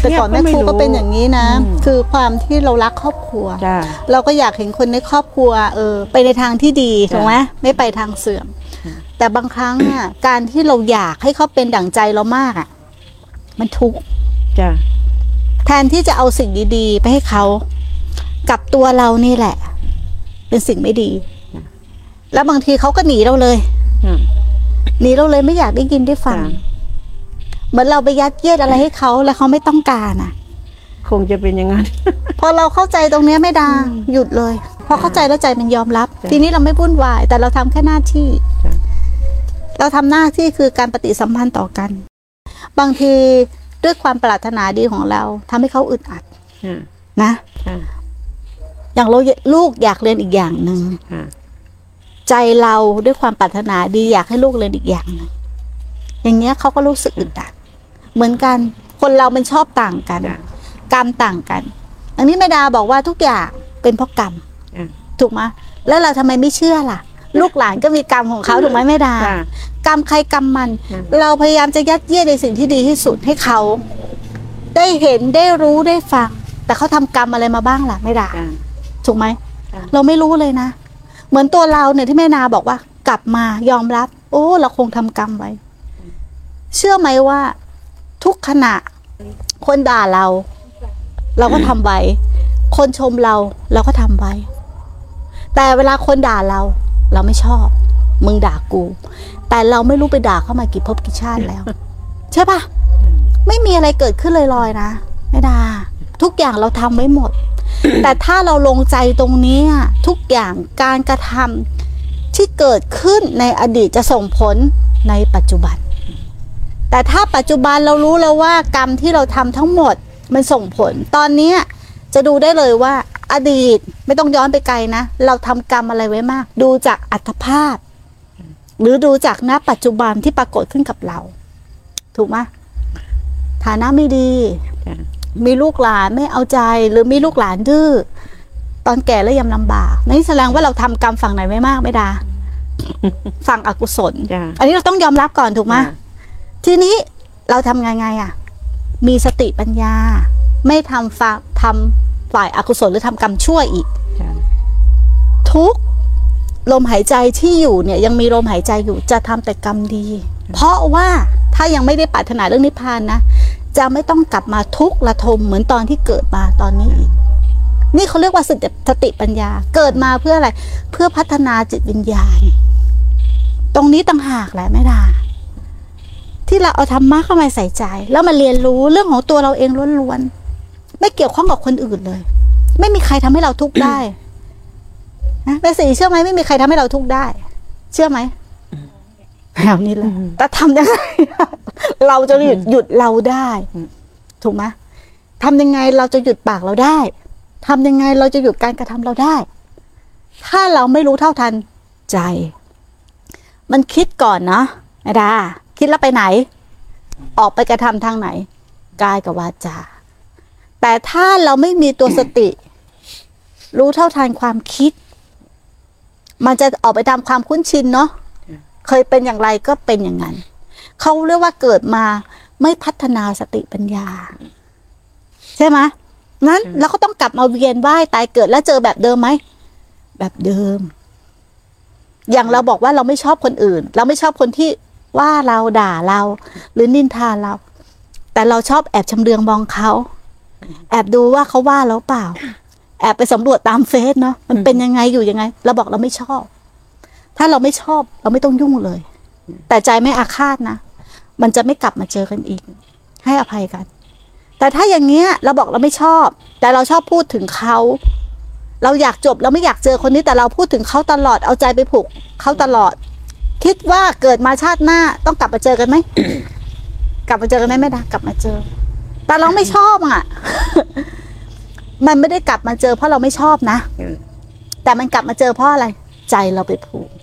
แต่ก่อนแม่ครูก็เป็นอย่างนี้นะคือความที่เรารักครอบครัวเราก็อยากเห็นคนในครอบครัวไปในทางที่ดีถูกไหมไม่ไปทางเสื่อมแต่บางครั้งอ่ะการที่เราอยากให้เขาเป็นดั่งใจเรามากอ่ะมันทุกข์แทนที่จะเอาสิ่งดีๆไปให้เขากับตัวเรานี่แหละเป็นสิ่งไม่ดีแล้วบางทีเขาก็หนีเราเลยหนีเราเลยไม่อยากได้ยินได้ฟังเหมือนเราไปยัดเยียดอะไรให้เขาแล้วเขาไม่ต้องการอ่ะคงจะเป็นอย่างนั้นพอเราเข้าใจตรงนี้ไม่ดังหยุดเลยพอเข้าใจแล้วใจมันยอมรับทีนี้เราไม่วุ่นวายแต่เราทำแค่หน้าที่เราทำหน้าที่คือการปฏิสัมพันธ์ต่อกันบางทีด้วยความปรารถนาดีของเราทำให้เขาอึดอัดนะอย่างลูกอยากเรียนอีกอย่างหนึ่งใจเราด้วยความปรารถนาดีอยากให้ลูกเรียนอีกอย่างหนึ่งอย่างเงี้ยเขาก็รู้สึกอึดอัดเหมือนกันคนเรามันชอบต่างกันกรรมต่างกันอันนี้แม่ดาบอกว่าทุกอย่างเป็นเพราะกรรมถูกไหมแล้วเราทำไมไม่เชื่อล่ะลูกหลานก็มีกรรมของเขาถูกไหมแม่ดากรรมใครกรรมมันเราพยายามจะยัดเยียดในสิ่งที่ดีที่สุดให้เขาได้เห็นได้รู้ได้ฟังแต่เขาทำกรรมอะไรมาบ้างล่ะแม่ดาถูกไหมเราไม่รู้เลยนะเหมือนตัวเราเนี่ยที่แม่นาบอกว่ากลับมายอมรับโอ้เราคงทำกรรมไว้เชื่อไหมว่าทุกขณะคนด่าเราก็ทำไว้คนชมเราก็ทำไว้แต่เวลาคนด่าเราไม่ชอบมึงด่ากูแต่เราไม่รู้ไปด่าเข้ามากี่ภพกี่ชาติแล้วใช่ปะไม่มีอะไรเกิดขึ้นลอยๆนะไม่ด่าทุกอย่างเราทำไว้หมดแต่ถ้าเราลงใจตรงนี้ทุกอย่างการกระทำที่เกิดขึ้นในอดีตจะส่งผลในปัจจุบันแต่ถ้าปัจจุบันเรารู้แล้วว่ากรรมที่เราทำทั้งหมดมันส่งผลตอนนี้จะดูได้เลยว่าอดีตไม่ต้องย้อนไปไกลนะเราทำกรรมอะไรไว้มากดูจากอัตภาพหรือดูจากณปัจจุบันที่ปรากฏขึ้นกับเราถูกไหมฐานะไม่ดีมีลูกหลานไม่เอาใจหรือมีลูกหลานดื้อตอนแก่แล้วยังลำบากนี่แสดงว่าเราทำกรรมฝั่งไหนไว้มากไม่ดา ฝั่งอกุศล อันนี้เราต้องยอมรับก่อนถูกไหมทีนี้เราทำไงอ่ะมีสติปัญญาไม่ทำฝ่ายอกุศลหรือทำกรรมชั่วอีกทุกลมหายใจที่อยู่เนี่ยยังมีลมหายใจอยู่จะทำแต่กรรมดีเพราะว่าถ้ายังไม่ได้ปรารถนาเรื่องนิพพานนะจะไม่ต้องกลับมาทุกข์ระทมเหมือนตอนที่เกิดมาตอนนี้อีกนี่เขาเรียกว่าสติปัญญาเกิดมาเพื่ออะไรเพื่อพัฒนาจิตวิญญาณตรงนี้ต่างหากแหละแม่ดาที่เราเอาธรรมะเข้ามาใส่ใจแล้วมาเรียนรู้เรื่องของตัวเราเองล้วนๆไม่เกี่ยวข้องกับคนอื่นเลยไม่มีใครทำให้เราทุกข์ได้นะแม่สีเชื่อไหมไม่มีใครทำให้เราทุกข์ได้เชื่อไหมแบบนี้เลยแต่ทำยังไงเราจะหยุดเราได้ถูกไหมทำยังไงเราจะหยุดปากเราได้ทำยังไงเราจะหยุดการกระทำเราได้ถ้าเราไม่รู้เท่าทันใจมันคิดก่อนเนาะไอ้ดาคิดแล้วไปไหนออกไปกระทำทางไหนกายกับวาจาแต่ถ้าเราไม่มีตัวสติรู้เท่าทันความคิดมันจะออกไปตามความคุ้นชินเนาะเคยเป็นอย่างไรก็เป็นอย่างนั้นเขาเรียกว่าเกิดมาไม่พัฒนาสติปัญญาใช่ไหมนั้นเราก็ต้องกลับมาเวียนว่ายตายเกิดแล้วเจอแบบเดิมไหมแบบเดิมอย่างเราบอกว่าเราไม่ชอบคนอื่นเราไม่ชอบคนที่ว่าเราด่าเราหรือนินทาเราแต่เราชอบแอบชำเลืองมองเขาแอบดูว่าเขาว่าเราเปล่าแอบไปสำรวจตามเฟซเนาะมันเป็นยังไงอยู่ยังไงเราบอกเราไม่ชอบถ้าเราไม่ชอบเราไม่ต้องยุ่งเลยแต่ใจไม่อาฆาตนะมันจะไม่กลับมาเจอกันอีกให้อภัยกันแต่ถ้าอย่างเงี้ยเราบอกเราไม่ชอบแต่เราชอบพูดถึงเขาเราอยากจบเราไม่อยากเจอคนนี้แต่เราพูดถึงเขาตลอดเอาใจไปผูกเขาตลอดคิดว่าเกิดมาชาติหน้าต้องกลับมาเจอกันไหม กลับมาเจอกันไหมไม่ได้กลับมาเจอแต่เราไม่ชอบอ่ะ มันไม่ได้กลับมาเจอเพราะเราไม่ชอบนะแต่มันกลับมาเจอเพราะอะไรใจเราไปผูก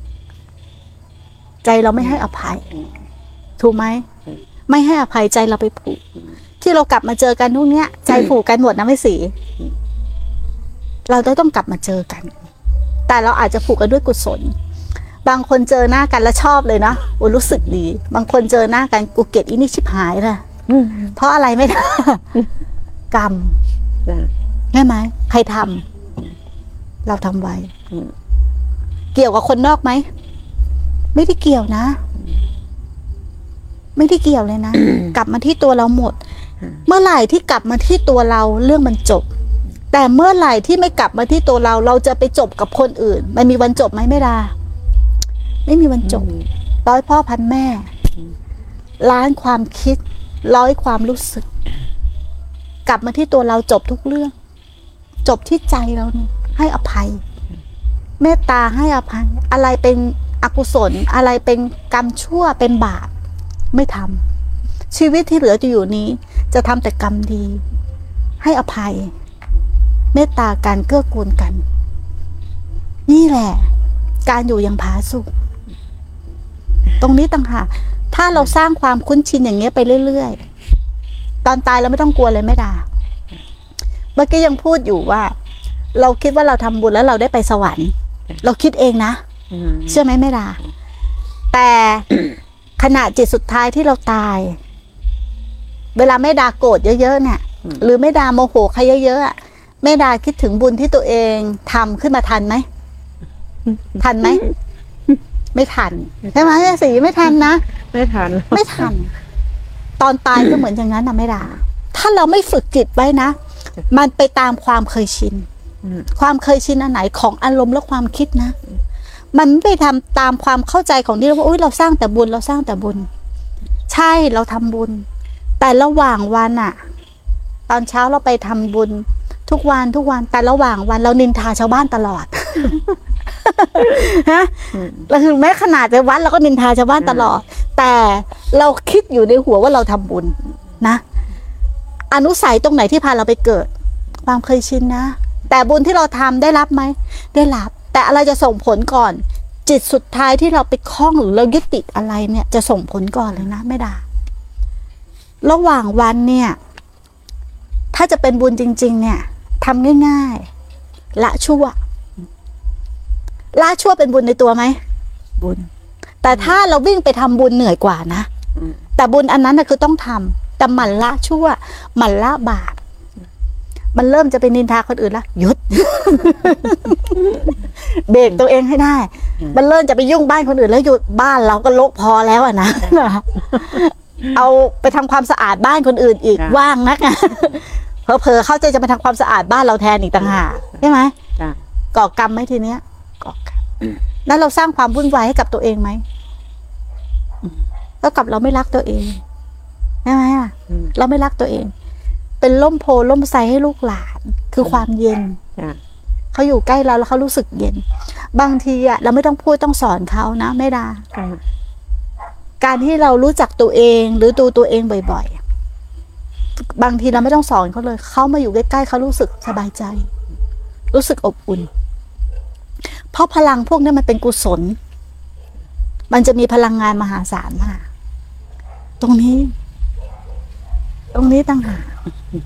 ใจเราไม่ให้อภัยถูกไหมไม่ให้อภัยใจเราไปผูกที่เรากลับมาเจอกันทุกเนี้ยใจผูกกันหมดนะไม่สีเราต้องกลับมาเจอกันแต่เราอาจจะผูกกันด้วยกุศลบางคนเจอหน้ากันแล้วชอบเลยนะโอ้รู้สึกดีบางคนเจอหน้ากันกูเกลียดอีนี่ชิบหายเลยเพราะอะไรไม่ได้ กรรมจ้ะใช่ไหมใครทำเราทำไว้ เกี่ยวกับคนนอกไหมไม่ได้เกี่ยวนะ ไม่ได้เกี่ยวเลยนะ กลับมาที่ตัวเราหมด เมื่อไหร่ที่กลับมาที่ตัวเราเรื่องมันจบ แต่เมื่อไหร่ที่ไม่กลับมาที่ตัวเรา เราจะไปจบกับคนอื่นมันมีวันจบไหมไม่ได้ไม่มีวันจบ ร้อยพ่อพันแม่ ล้านความคิด ร้อยความรู้สึก กลับมาที่ตัวเราจบทุกเรื่อง จบที่ใจเราเนี่ยให้อภัย เมตตาให้อภัย อะไรเป็นอกุศลอะไรเป็นกรรมชั่วเป็นบาปไม่ทำชีวิตที่เหลือจะอยู่นี้ จะทำแต่กรรมดี ให้อภัย เมตตาการเกื้อกูลกัน นี่แหละ การอยู่อย่างผาสุกตรงนี้ต่างหากถ้าเราสร้างความคุ้นชินอย่างเงี้ยไปเรื่อยๆตอนตายเราไม่ต้องกลัวเลยไม่ด่าเมื่อกี้ยังพูดอยู่ว่า เราคิดว่าเราทำบุญแล้วเราได้ไปสวรรค์ เราคิดเองนะเชื่อไหมไม่ด่าแต่ ขณะจิตสุดท้ายที่เราตาย เวลาไม่ด่าโกรธเยอะๆเนี่ย หรือไม่ด่าโมโหใครเยอะๆไม่ด่าคิดถึงบุญที่ตัวเองทำขึ้นมาทันไหมทันไหมไม่ทันใช่ไหมสีไม่ทันนะไม่ทันไม่ทัน ตอนตายก็เหมือนอย่างนั้นนะไม่ด่าถ้าเราไม่ฝึกจิตไว้นะมันไปตามความเคยชินความเคยชินอันไหนของอารมณ์และความคิดนะมันไม่ไปทำตามความเข้าใจของที่เราว่าอุ้ยเราสร้างแต่บุญเราสร้างแต่บุญ ใช่เราทำบุญ แต่ระหว่างวันอะตอนเช้าเราไปทำบุญทุกวันแต่ระหว่างวันเรานินทาชาวบ้านตลอด ฮะเราถึงแม้ขนาดในวัดเราก็นินทาชาวบ้านตลอด แต่เราคิดอยู่ในหัวว่าเราทำบุญนะอนุสัยตรงไหนที่พาเราไปเกิด ความเคยชินนะแต่บุญที่เราทำได้รับไหมได้รับ แต่อะไรจะส่งผลก่อน จิตสุดท้ายที่เราไปคล้องหรือเรายึดติดอะไรเนี่ยจะส่งผลก่อนเลยนะไม่ได้ระหว่างวันเนี่ยถ้าจะเป็นบุญจริงๆเนี่ยทำง่ายๆละชั่วเป็นบุญในตัวไหมบุญแต่ถ้าเราวิ่งไปทำบุญเหนื่อยกว่านะแต่บุญอันนั้นนะคือต้องทำแต่หมั่นละชั่วหมั่นละบาปมันเริ่มจะเป็นนินทาคนอื่นแล้วหยุด เบรกตัวเองให้ได้มันเริ่มจะไปยุ่งบ้านคนอื่นแล้วหยุดบ้านเราก็รกพอแล้วอะนะ เอาไปทำความสะอาดบ้านคนอื่นอีกว่างนักอะเผลอๆเขาจะมาทำความสะอาดบ้านเราแทนอีกต่างหากใช่ไหมก่อกรรมไหมทีเนี้ยก่อกรรมแล้วเราสร้างความวุ่นวายให้กับตัวเองไหมแล้วกับเราไม่รักตัวเองใช่ไหมอ่ะเราไม่รักตัวเองเป็นล่มโพล่มไทรให้ลูกหลานคือความเย็นเขาอยู่ใกล้เราแล้วเขารู้สึกเย็นบางทีอ่ะเราไม่ต้องพูดต้องสอนเขานะไม่ได้การที่เรารู้จักตัวเองหรือดูตัวเองบ่อยๆบางทีเราไม่ต้องสอนเขาเลยเขามาอยู่ใกล้ๆเขารู้สึกสบายใจรู้สึกอบอุ่นเพราะพลังพวกนี้มันเป็นกุศลมันจะมีพลังงานมหาศาลมากตรงนี้ต่างหาก